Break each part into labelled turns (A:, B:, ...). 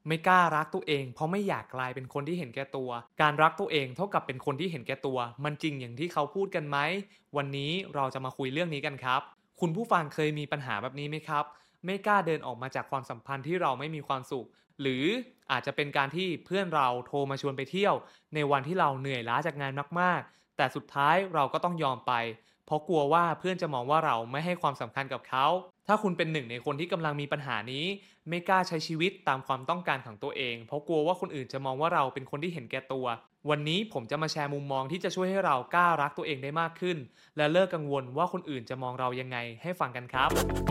A: ไม่กล้ารักตัวเองเพราะไม่อยากกลายเป็นคนที่เห็นแก่ตัวการรักตัวเองเท่ากับเป็นคนที่เห็นแก่ตัวมันจริงอย่างที่เขาพูดกันไหมวันนี้เราจะมาคุยเรื่องนี้กันครับคุณผู้ฟังเคยมีปัญหาแบบนี้ไหมครับไม่กล้าเดินออกมาจากความสัมพันธ์ที่เราไม่มีความสุขหรืออาจจะเป็นการที่เพื่อนเราโทรมาชวนไปเที่ยวในวันที่เราเหนื่อยล้าจากงานมากๆแต่สุดท้ายเราก็ต้องยอมไปเพราะกลัวว่าเพื่อนจะมองว่าเราไม่ให้ความสำคัญกับเขาถ้าคุณเป็นหนึ่งในคนที่กำลังมีปัญหานี้ไม่กล้าใช้ชีวิตตามความต้องการของตัวเองเพราะกลัวว่าคนอื่นจะมองว่าเราเป็นคนที่เห็นแก่ตัววันนี้ผมจะมาแชร์มุมมองที่จะช่วยให้เรากล้ารักตัวเองได้มากขึ้นและเลิกกังวลว่าคนอื่นจะมองเรายังไงให้ฟังกันครับ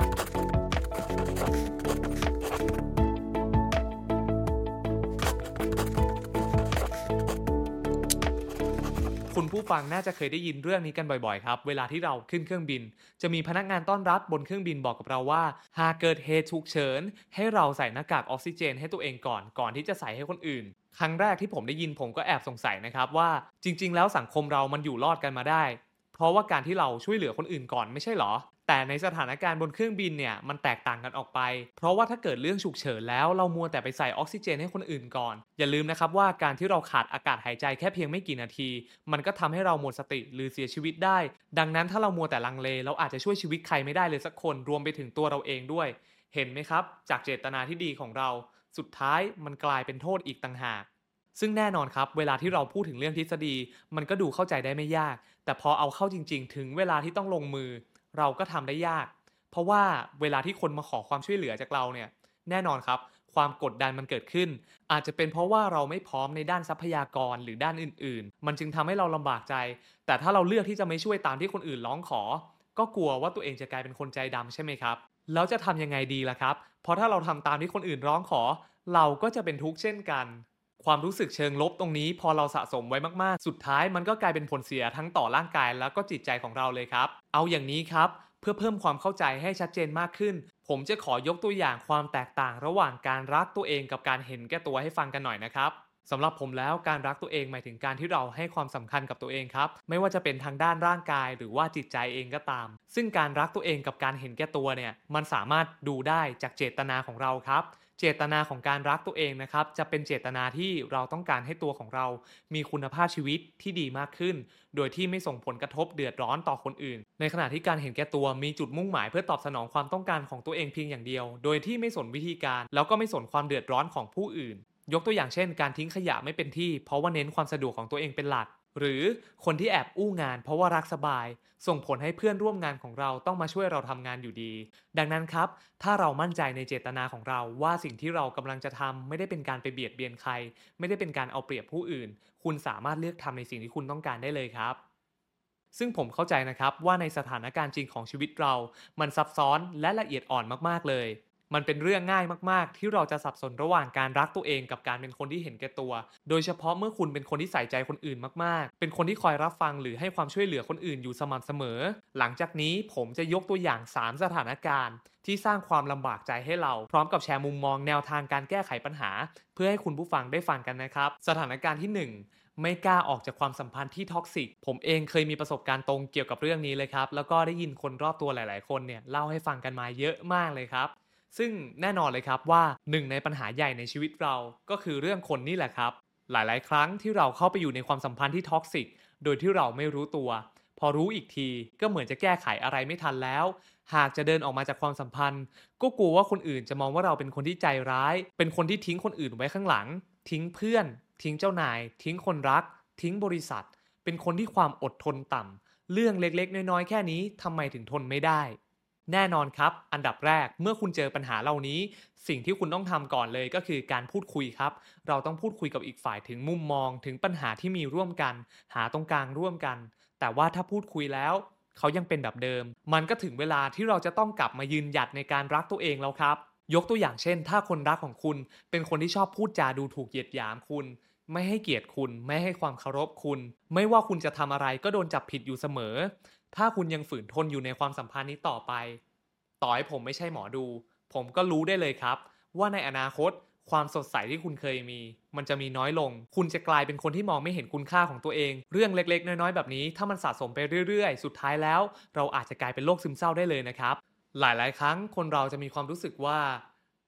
A: คุณผู้ฟังน่าจะเคยได้ยินเรื่องนี้กันบ่อยๆครับเวลาที่เราขึ้นเครื่องบินจะมีพนักงานต้อนรับบนเครื่องบินบอกกับเราว่าหากเกิดเหตุฉุกเฉินให้เราใส่หน้ากากออกซิเจนให้ตัวเองก่อนที่จะใส่ให้คนอื่นครั้งแรกที่ผมได้ยินผมก็แอบสงสัยนะครับว่าจริงๆแล้วสังคมเรามันอยู่รอดกันมาได้เพราะว่าการที่เราช่วยเหลือคนอื่นก่อนไม่ใช่หรอแต่ในสถานการณ์บนเครื่องบินเนี่ยมันแตกต่างกันออกไปเพราะว่าถ้าเกิดเรื่องฉุกเฉินแล้วเรามัวแต่ไปใส่ออกซิเจนให้คนอื่นก่อนอย่าลืมนะครับว่าการที่เราขาดอากาศหายใจแค่เพียงไม่กี่นาทีมันก็ทำให้เราหมดสติหรือเสียชีวิตได้ดังนั้นถ้าเรามัวแต่ลังเลเราอาจจะช่วยชีวิตใครไม่ได้เลยสักคนรวมไปถึงตัวเราเองด้วยเห็นไหมครับจากเจตนาที่ดีของเราสุดท้ายมันกลายเป็นโทษอีกต่างหากซึ่งแน่นอนครับเวลาที่เราพูดถึงเรื่องทฤษฎีมันก็ดูเข้าใจได้ไม่ยากแต่พอเอาเข้าจริงๆถึงเวลาที่ต้องลงมือเราก็ทำได้ยาก เพราะว่าเวลาที่คนมาขอความช่วยเหลือจากเราเนี่ยแน่นอนครับความกดดันมันเกิดขึ้นอาจจะเป็นเพราะว่าเราไม่พร้อมในด้านทรัพยากรหรือด้านอื่นๆมันจึงทำให้เราลำบากใจแต่ถ้าเราเลือกที่จะไม่ช่วยตามที่คนอื่นร้องขอก็กลัวว่าตัวเองจะกลายเป็นคนใจดำใช่ไหมครับแล้วจะทำยังไงดีล่ะครับเพราะถ้าเราทำตามที่คนอื่นร้องขอเราก็จะเป็นทุกข์เช่นกันความรู้สึกเชิงลบตรงนี้พอเราสะสมไว้มากๆสุดท้ายมันก็กลายเป็นผลเสียทั้งต่อร่างกายแล้วก็จิตใจของเราเลยครับเอาอย่างนี้ครับ เพื่อเพิ่มความเข้าใจให้ชัดเจนมากขึ้น ผมจะขอยกตัวอย่างความแตกต่างระหว่างการรักตัวเองกับการเห็นแก่ตัวให้ฟังกันหน่อยนะครับสำหรับผมแล้วการรักตัวเองหมายถึงการที่เราให้ความสำคัญกับตัวเองครับไม่ว่าจะเป็นทางด้านร่างกายหรือว่าจิตใจเองก็ตามซึ่งการรักตัวเองกับการเห็นแก่ตัวเนี่ยมันสามารถดูได้จากเจตนาของเราครับเจตนาของการรักตัวเองนะครับจะเป็นเจตนาที่เราต้องการให้ตัวของเรามีคุณภาพชีวิตที่ดีมากขึ้น โดยที่ไม่ส่งผลกระทบเดือดร้อนต่อคนอื่นในขณะที่การเห็นแก่ตัวมีจุดมุ่งหมายเพื่อตอบสนองความต้องการของตัวเองเพียงอย่างเดียวโดยที่ไม่สนวิธีการแล้วก็ไม่สนความเดือดร้อนของผู้อื่นยกตัวอย่างเช่นการทิ้งขยะไม่เป็นที่เพราะว่าเน้นความสะดวกของตัวเองเป็นหลักหรือคนที่แอบอู้งานเพราะว่ารักสบายส่งผลให้เพื่อนร่วมงานของเราต้องมาช่วยเราทำงานอยู่ดีดังนั้นครับถ้าเรามั่นใจในเจตนาของเราว่าสิ่งที่เรากำลังจะทำไม่ได้เป็นการไปเบียดเบียนใครไม่ได้เป็นการเอาเปรียบผู้อื่นคุณสามารถเลือกทำในสิ่งที่คุณต้องการได้เลยครับ ซึ่งผมเข้าใจนะครับว่าในสถานการณ์จริงของชีวิตเรา มันซับซ้อนและละเอียดอ่อนมากๆเลย มันเป็นเรื่องง่ายมากๆที่เราจะสับสนระหว่างการรักตัวเองกับการเป็นคนที่เห็นแก่ตัว โดยเฉพาะเมื่อคุณเป็นคนที่ใส่ใจคนอื่นมากๆ เป็นคนที่คอยรับฟังหรือให้ความช่วยเหลือคนอื่นอยู่สม่ำเสมอ หลังจากนี้ผมจะยกตัวอย่าง3สถานการณ์ที่สร้างความลำบากใจให้เราพร้อมกับแชร์มุมมองแนวทางการแก้ไขปัญหาเพื่อให้คุณผู้ฟังได้ฟังกันนะครับสถานการณ์ที่ 1ไม่กล้าออกจากความสัมพันธ์ที่ท็อกซิกผมเองเคยมีประสบการณ์ตรงเกี่ยวกับเรื่องนี้เลยครับแล้วก็ได้ยินคนรอบตัวหลายๆคนเนี่ยเล่าให้ฟังกันมาเยอะมากเลยครับซึ่งแน่นอนเลยครับว่าหนึ่งในปัญหาใหญ่ในชีวิตเราก็คือเรื่องคนนี่แหละครับหลายๆครั้งที่เราเข้าไปอยู่ในความสัมพันธ์ที่ท็อกซิกโดยที่เราไม่รู้ตัวพอรู้อีกทีก็เหมือนจะแก้ไขอะไรไม่ทันแล้วหากจะเดินออกมาจากความสัมพันธ์ก็กลัวว่าคนอื่นจะมองว่าเราเป็นคนที่ใจร้ายเป็นคนที่ทิ้งคนอื่นไว้ข้างหลังทิ้งเพื่อนทิ้งเจ้านายทิ้งคนรักทิ้งบริษัทเป็นคนที่ความอดทนต่ำเรื่องเล็กๆน้อยๆแค่นี้ทำไมถึงทนไม่ได้แน่นอนครับอันดับแรกเมื่อคุณเจอปัญหาเหล่านี้สิ่งที่คุณต้องทำก่อนเลยก็คือการพูดคุยครับเราต้องพูดคุยกับอีกฝ่ายถึงมุมมองถึงปัญหาที่มีร่วมกันหาตรงกลางร่วมกันแต่ว่าถ้าพูดคุยแล้วเขายังเป็นแบบเดิมมันก็ถึงเวลาที่เราจะต้องกลับมายืนหยัดในการรักตัวเองแล้วครับยกตัวอย่างเช่นถ้าคนรักของคุณเป็นคนที่ชอบพูดจาดูถูกเหยียดหยามคุณไม่ให้เกียรติคุณไม่ให้ความเคารพคุณไม่ว่าคุณจะทำอะไรก็โดนจับผิดอยู่เสมอถ้าคุณยังฝืนทนอยู่ในความสัมพันธ์นี้ต่อไปต่อให้ผมไม่ใช่หมอดูผมก็รู้ได้เลยครับว่าในอนาคตความสดใสที่คุณเคยมีมันจะมีน้อยลงคุณจะกลายเป็นคนที่มองไม่เห็นคุณค่าของตัวเองเรื่องเล็กๆน้อยๆแบบนี้ถ้ามันสะสมไปเรื่อยๆสุดท้ายแล้วเราอาจจะกลายเป็นโรคซึมเศร้าได้เลยนะครับหลายๆครั้งคนเราจะมีความรู้สึกว่า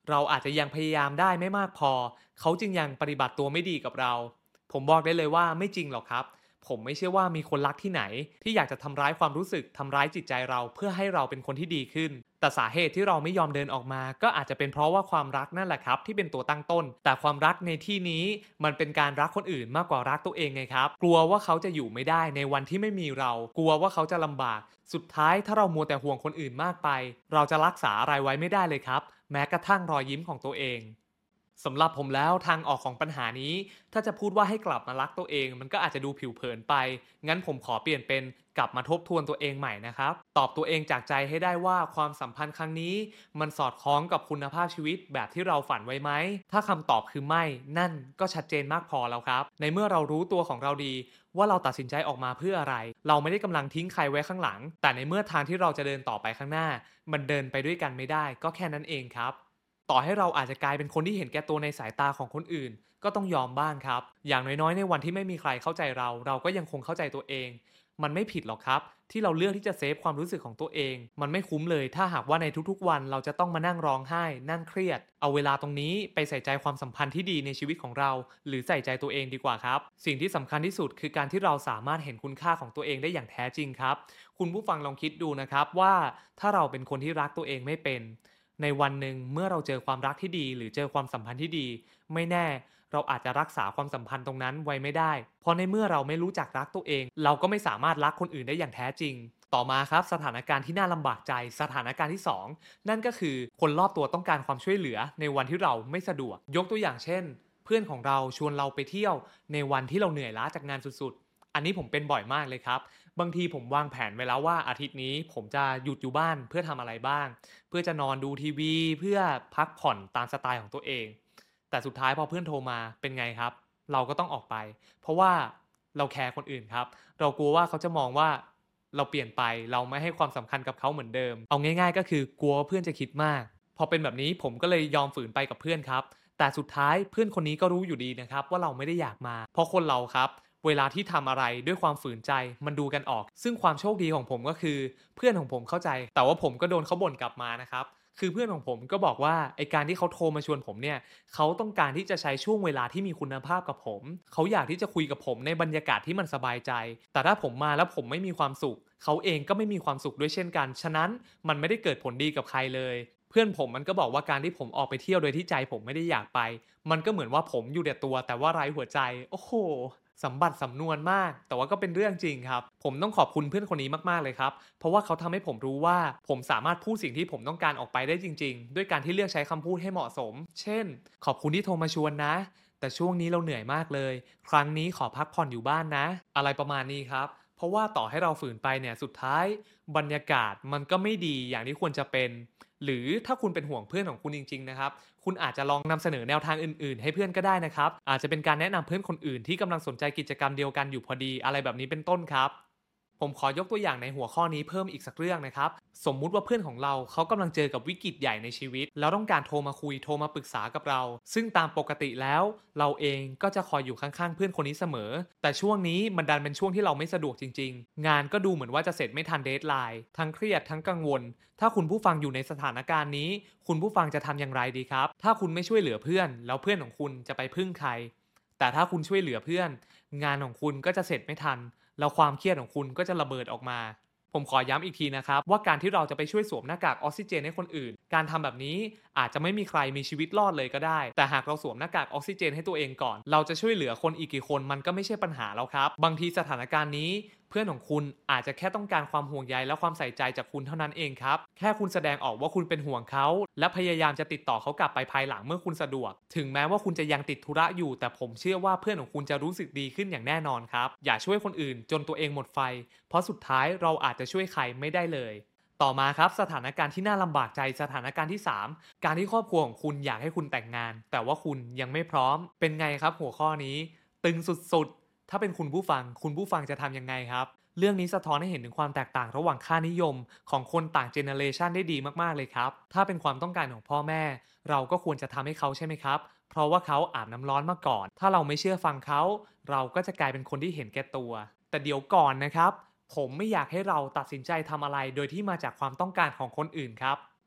A: เราอาจจะยังพยายามได้ไม่มากพอเขาจึงยังปฏิบัติตัวไม่ดีกับเราผมบอกได้เลยว่าไม่จริงหรอกครับผมไม่เชื่อว่ามีคนรักที่ไหนที่อยากจะทำร้ายความรู้สึกทำร้ายจิตใจเราเพื่อให้เราเป็นคนที่ดีขึ้นแต่สาเหตุที่เราไม่ยอมเดินออกมาก็อาจจะเป็นเพราะว่าความรักนั่นแหละครับที่เป็นตัวตั้งต้นแต่ความรักในที่นี้มันเป็นการรักคนอื่นมากกว่ารักตัวเองไงครับกลัวว่าเขาจะอยู่ไม่ได้ในวันที่ไม่มีเรากลัวว่าเขาจะลำบากสุดท้ายถ้าเรามัวแต่ห่วงคนอื่นมากไปเราจะรักษาอะไรไว้ไม่ได้เลยครับแม้กระทั่งรอยยิ้มของตัวเองสำหรับผมแล้วทางออกของปัญหานี้ถ้าจะพูดว่าให้กลับมารักตัวเองมันก็อาจจะดูผิวเผินไปงั้นผมขอเปลี่ยนเป็นกลับมาทบทวนตัวเองใหม่นะครับตอบตัวเองจากใจให้ได้ว่าความสัมพันธ์ครั้งนี้มันสอดคล้องกับคุณภาพชีวิตแบบที่เราฝันไว้ไหมถ้าคำตอบคือไม่นั่นก็ชัดเจนมากพอแล้วครับในเมื่อเรารู้ตัวของเราดีว่าเราตัดสินใจออกมาเพื่ออะไรเราไม่ได้กำลังทิ้งใครไว้ข้างหลังแต่ในเมื่อทางที่เราจะเดินต่อไปข้างหน้ามันเดินไปด้วยกันไม่ได้ก็แค่นั้นเองครับ ต่อให้เราอาจจะกลายเป็นคนที่เห็นแก่ตัวในสายตาของคนอื่นก็ต้องยอมบ้างครับอย่างน้อยๆในวันที่ไม่มีใครเข้าใจเราก็ยังคงเข้าใจตัวเองมันไม่ผิดหรอกครับที่เราเลือกที่จะเซฟความรู้สึกของตัวเองมันไม่คุ้มเลยถ้าหากว่าในทุกๆวันเราจะต้องมานั่งร้องไห้นั่งเครียดเอาเวลาตรงนี้ไปใส่ใจความสัมพันธ์ที่ดีในชีวิตของเราหรือใส่ใจตัวเองดีกว่าครับสิ่งที่สำคัญที่สุดคือการที่เราสามารถเห็นคุณค่าของตัวเองได้อย่างแท้จริงครับคุณผู้ฟังลองคิดดูนะครับว่าถ้าเราเป็นคนที่รักตัวเองไม่เป็นในวันหนึ่งเมื่อเราเจอความรักที่ดีหรือเจอความสัมพันธ์ที่ดีไม่แน่เราอาจจะรักษาความสัมพันธ์ตรงนั้นไว้ไม่ได้เพราะในเมื่อเราไม่รู้จักรักตัวเองเราก็ไม่สามารถรักคนอื่นได้อย่างแท้จริงต่อมาครับสถานการณ์ที่น่าลำบากใจสถานการณ์ที่สองนั่นก็คือคนรอบตัวต้องการความช่วยเหลือในวันที่เราไม่สะดวกยกตัวอย่างเช่นเพื่อนของเราชวนเราไปเที่ยวในวันที่เราเหนื่อยล้าจากงานสุดๆอันนี้ผมเป็นบ่อยมากเลยครับบางทีผมวางแผนไว้แล้วว่าอาทิตย์นี้ผมจะหยุดอยู่บ้านเพื่อทำอะไรบ้างเพื่อจะนอนดูทีวีเพื่อพักผ่อนตามสไตล์ของตัวเองแต่สุดท้ายพอเพื่อนโทรมาเป็นไงครับเราก็ต้องออกไปเพราะว่าเราแคร์คนอื่นครับเรากลัวว่าเขาจะมองว่าเราเปลี่ยนไปเราไม่ให้ความสำคัญกับเขาเหมือนเดิมเอาง่ายๆก็คือกลัวว่าเพื่อนจะคิดมากพอเป็นแบบนี้ผมก็เลยยอมฝืนไปกับเพื่อนครับแต่สุดท้ายเพื่อนคนนี้ก็รู้อยู่ดีนะครับว่าเราไม่ได้อยากมาเพราะคนเราครับเวลาที่ทำอะไรด้วยความฝืนใจมันดูกันออกซึ่งความโชคดีของผมก็คือเพื่อนของผมเข้าใจแต่ว่าผมก็โดนเขาบ่นกลับมานะครับคือเพื่อนของผมก็บอกว่าไอการที่เขาโทรมาชวนผมเนี่ยเขาต้องการที่จะใช้ช่วงเวลาที่มีคุณภาพกับผมเขาอยากที่จะคุยกับผมในบรรยากาศที่มันสบายใจแต่ถ้าผมมาแล้วผมไม่มีความสุขเขาเองก็ไม่มีความสุขด้วยเช่นกันฉะนั้นมันไม่ได้เกิดผลดีกับใครเลยเพื่อนผมมันก็บอกว่าการที่ผมออกไปเที่ยวโดยที่ใจผมไม่ได้อยากไปมันก็เหมือนว่าผมอยู่แต่ตัวแต่ว่าไร้หัวใจโอ้โหสมบัติสำนวนมากแต่ว่าก็เป็นเรื่องจริงครับผมต้องขอบคุณเพื่อนคนนี้มากๆเลยครับเพราะว่าเขาทำให้ผมรู้ว่าผมสามารถพูดสิ่งที่ผมต้องการออกไปได้จริงๆด้วยการที่เลือกใช้คำพูดให้เหมาะสมเช่นขอบคุณที่โทรมาชวนนะแต่ช่วงนี้เราเหนื่อยมากเลยครั้งนี้ขอพักผ่อนอยู่บ้านนะอะไรประมาณนี้ครับเพราะว่าต่อให้เราฝืนไปเนี่ยสุดท้ายบรรยากาศมันก็ไม่ดีอย่างที่ควรจะเป็นหรือถ้าคุณเป็นห่วงเพื่อนของคุณจริงๆนะครับคุณอาจจะลองนำเสนอแนวทางอื่นๆให้เพื่อนก็ได้นะครับอาจจะเป็นการแนะนำเพื่อนคนอื่นที่กำลังสนใจกิจกรรมเดียวกันอยู่พอดีอะไรแบบนี้เป็นต้นครับผมขอยกตัวอย่างในหัวข้อนี้เพิ่มอีกสักเรื่องนะครับสมมุติว่าเพื่อนของเราเขากำลังเจอกับวิกฤตใหญ่ในชีวิตแล้วต้องการโทรมาคุยโทรมาปรึกษากับเราซึ่งตามปกติแล้วเราเองก็จะคอยอยู่ข้างๆเพื่อนคนนี้เสมอแต่ช่วงนี้มันดันเป็นช่วงที่เราไม่สะดวกจริงๆงานก็ดูเหมือนว่าจะเสร็จไม่ทันเดดไลน์ทั้งเครียดทั้งกังวลถ้าคุณผู้ฟังอยู่ในสถานการณ์นี้คุณผู้ฟังจะทำอย่างไรดีครับถ้าคุณไม่ช่วยเหลือเพื่อนแล้วเพื่อนของคุณจะไปพึ่งใครแต่ถ้าคุณช่วยเหลือเพื่อนงานของคุณก็จะเสร็จไม่ทันแล้วความเครียดของคุณก็จะระเบิดออกมาผมขอย้ำอีกทีนะครับว่าการที่เราจะไปช่วยสวมหน้ากากออกซิเจนให้คนอื่นการทำแบบนี้อาจจะไม่มีใครมีชีวิตรอดเลยก็ได้แต่หากเราสวมหน้ากากออกซิเจนให้ตัวเองก่อนเราจะช่วยเหลือคนอีกกี่คนมันก็ไม่ใช่ปัญหาแล้วครับบางทีสถานการณ์นี้เพื่อนของคุณอาจจะแค่ต้องการความห่วงใยและความใส่ใจจากคุณเท่านั้นเองครับแค่คุณแสดงออกว่าคุณเป็นห่วงเขาและพยายามจะติดต่อเขากลับไปภายหลังเมื่อคุณสะดวกถึงแม้ว่าคุณจะยังติดธุระอยู่แต่ผมเชื่อว่าเพื่อนของคุณจะรู้สึกดีขึ้นอย่างแน่นอนครับอย่าช่วยคนอื่นจนตัวเองหมดไฟเพราะสุดท้ายเราอาจจะช่วยใครไม่ได้เลยต่อมาครับสถานการณ์ที่น่าลำบากใจสถานการณ์ที่3การที่ครอบครัวของคุณอยากให้คุณแต่งงานแต่ว่าคุณยังไม่พร้อมเป็นไงครับหัวข้อนี้ตึงสุดๆถ้าเป็นคุณผู้ฟังจะทำยังไงครับเรื่องนี้สะท้อนให้เห็นถึงความแตกต่างระหว่างค่านิยมของคนต่างเจเนเรชันได้ดีมากๆเลยครับถ้าเป็นความต้องการของพ่อแม่เราก็ควรจะทำให้เขาใช่ไหมครับเพราะว่าเขาอาบน้ำร้อนมาก่อนถ้าเราไม่เชื่อฟังเขาเราก็จะกลายเป็นคนที่เห็นแก่ตัวแต่เดี๋ยวก่อนนะครับผมไม่อยากให้เราตัดสินใจทำอะไรโดยที่มาจากความต้องการของคนอื่นครับ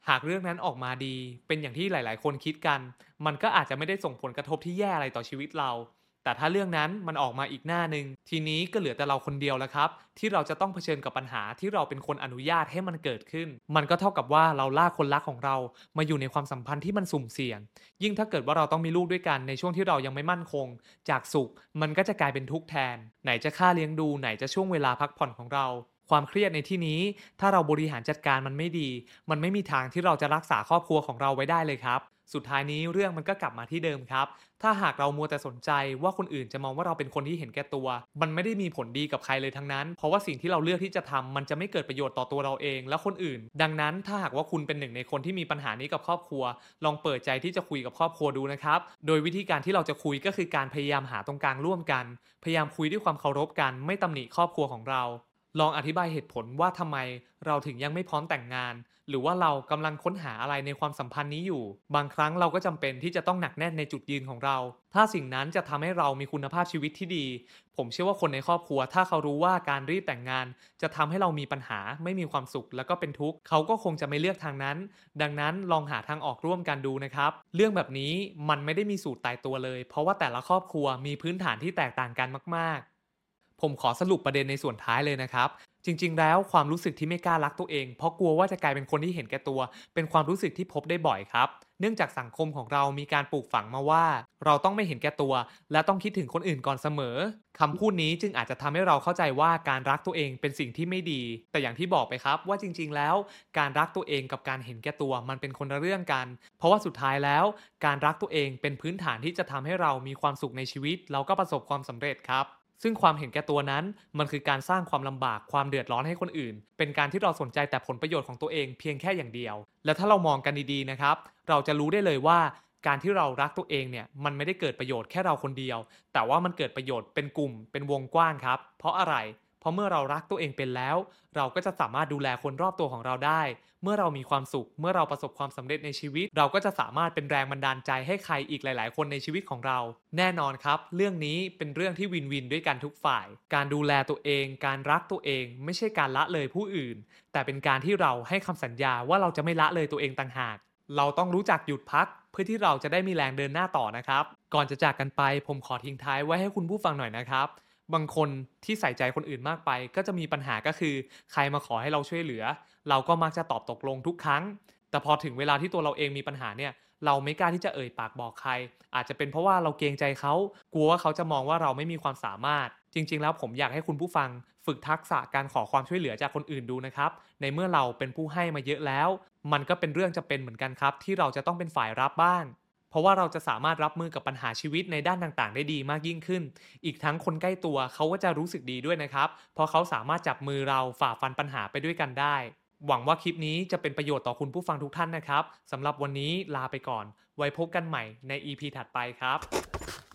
A: หากเรื่องนั้นออกมาดีเป็นอย่างที่หลายๆคนคิดกันมันก็อาจจะไม่ได้ส่งผลกระทบที่แย่อะไรต่อชีวิตเราแต่ถ้าเรื่องนั้นมันออกมาอีกหน้าหนึ่งทีนี้ก็เหลือแต่เราคนเดียวแล้วครับที่เราจะต้องเผชิญกับปัญหาที่เราเป็นคนอนุญาตให้มันเกิดขึ้นมันก็เท่ากับว่าเราลากคนรักของเรามาอยู่ในความสัมพันธ์ที่มันสุ่มเสี่ยงยิ่งถ้าเกิดว่าเราต้องมีลูกด้วยกันในช่วงที่เรายังไม่มั่นคงจากสุขมันก็จะกลายเป็นทุกข์แทนไหนจะค่าเลี้ยงดูไหนจะช่วงเวลาพักผ่อนของเราความเครียดในที่นี้ถ้าเราบริหารจัดการมันไม่ดีมันไม่มีทางที่เราจะรักษาครอบครัวของเราไว้ได้เลยครับสุดท้ายนี้เรื่องมันก็กลับมาที่เดิมครับถ้าหากเรามัวแต่สนใจว่าคนอื่นจะมองว่าเราเป็นคนที่เห็นแก่ตัวมันไม่ได้มีผลดีกับใครเลยทั้งนั้นเพราะว่าสิ่งที่เราเลือกที่จะทำมันจะไม่เกิดประโยชน์ต่อตัวเราเองและคนอื่นดังนั้นถ้าหากว่าคุณเป็นหนึ่งในคนที่มีปัญหานี้กับครอบครัวลองเปิดใจที่จะคุยกับครอบครัวดูนะครับโดยวิธีการที่เราจะคุยก็คือการพยายามหาตรงกลางร่วมกันพยายามคุยด้วยความเคารพกันไม่ตำหนิครอบครัวของเราลองอธิบายเหตุผลว่าทำไมเราถึงยังไม่พร้อมแต่งงานหรือว่าเรากำลังค้นหาอะไรในความสัมพันธ์นี้อยู่บางครั้งเราก็จำเป็นที่จะต้องหนักแน่นในจุดยืนของเราถ้าสิ่งนั้นจะทำให้เรามีคุณภาพชีวิตที่ดีผมเชื่อว่าคนในครอบครัวถ้าเขารู้ว่าการรีบแต่งงานจะทำให้เรามีปัญหาไม่มีความสุขแล้วก็เป็นทุกข์เขาก็คงจะไม่เลือกทางนั้นดังนั้นลองหาทางออกร่วมกันดูนะครับเรื่องแบบนี้มันไม่ได้มีสูตรตายตัวเลยเพราะว่าแต่ละครอบครัวมีพื้นฐานที่แตกต่างกันมากๆ ผมขอสรุปประเด็นในส่วนท้ายเลยนะครับจริงๆแล้วความรู้สึกที่ไม่กล้ารักตัวเองเพราะกลัวว่าจะกลายเป็นคนที่เห็นแก่ตัวเป็นความรู้สึกที่พบได้บ่อยครับเนื่องจากสังคมของเรามีการปลูกฝังมาว่าเราต้องไม่เห็นแก่ตัวและต้องคิดถึงคนอื่นก่อนเสมอคำพูดนี้จึงอาจจะทำให้เราเข้าใจว่าการรักตัวเองเป็นสิ่งที่ไม่ดีแต่อย่างที่บอกไปครับว่าจริงๆแล้วการรักตัวเองกับการเห็นแก่ตัวมันเป็นคนละเรื่องกันเพราะว่าสุดท้ายแล้วการรักตัวเองเป็นพื้นฐานที่จะทำให้เรามีความสุขในชีวิตแล้วก็ประสบความสำเร็จครับซึ่งความเห็นแก่ตัวนั้นมันคือการสร้างความลำบากความเดือดร้อนให้คนอื่นเป็นการที่เราสนใจแต่ผลประโยชน์ของตัวเองเพียงแค่อย่างเดียวและถ้าเรามองกันดีๆนะครับเราจะรู้ได้เลยว่าการที่เรารักตัวเองเนี่ยมันไม่ได้เกิดประโยชน์แค่เราคนเดียวแต่ว่ามันเกิดประโยชน์เป็นกลุ่มเป็นวงกว้างครับเพราะอะไรเพราะเมื่อเรารักตัวเองเป็นแล้วเราก็จะสามารถดูแลคนรอบตัวของเราได้เมื่อเรามีความสุขเมื่อเราประสบความสำเร็จในชีวิตเราก็จะสามารถเป็นแรงบันดาลใจให้ใครอีกหลายๆคนในชีวิตของเราแน่นอนครับเรื่องนี้เป็นเรื่องที่วินวินด้วยกันทุกฝ่ายการดูแลตัวเองการรักตัวเองไม่ใช่การละเลยผู้อื่นแต่เป็นการที่เราให้คำสัญญาว่าเราจะไม่ละเลยตัวเองต่างหากเราต้องรู้จักหยุดพักเพื่อที่เราจะได้มีแรงเดินหน้าต่อนะครับก่อนจะจากกันไปผมขอทิ้งท้ายไว้ให้คุณผู้ฟังหน่อยนะครับบางคนที่ใส่ใจคนอื่นมากไปก็จะมีปัญหาก็คือใครมาขอให้เราช่วยเหลือเราก็มักจะตอบตกลงทุกครั้งแต่พอถึงเวลาที่ตัวเราเองมีปัญหาเนี่ยเราไม่กล้าที่จะเอ่ยปากบอกใครอาจจะเป็นเพราะว่าเราเกรงใจเขากลัวว่าเขาจะมองว่าเราไม่มีความสามารถจริงๆแล้วผมอยากให้คุณผู้ฟังฝึกทักษะการขอความช่วยเหลือจากคนอื่นดูนะครับในเมื่อเราเป็นผู้ให้มาเยอะแล้วมันก็เป็นเรื่องจำเป็นเหมือนกันครับที่เราจะต้องเป็นฝ่ายรับบ้างเพราะว่าเราจะสามารถรับมือกับปัญหาชีวิตในด้านต่างๆได้ดีมากยิ่งขึ้นอีกทั้งคนใกล้ตัวเขาก็จะรู้สึกดีด้วยนะครับเพราะเขาสามารถจับมือเราฝ่าฟันปัญหาไปด้วยกันได้หวังว่าคลิปนี้จะเป็นประโยชน์ต่อคุณผู้ฟังทุกท่านนะครับสำหรับวันนี้ลาไปก่อนไว้พบกันใหม่ใน EP ถัดไปครับ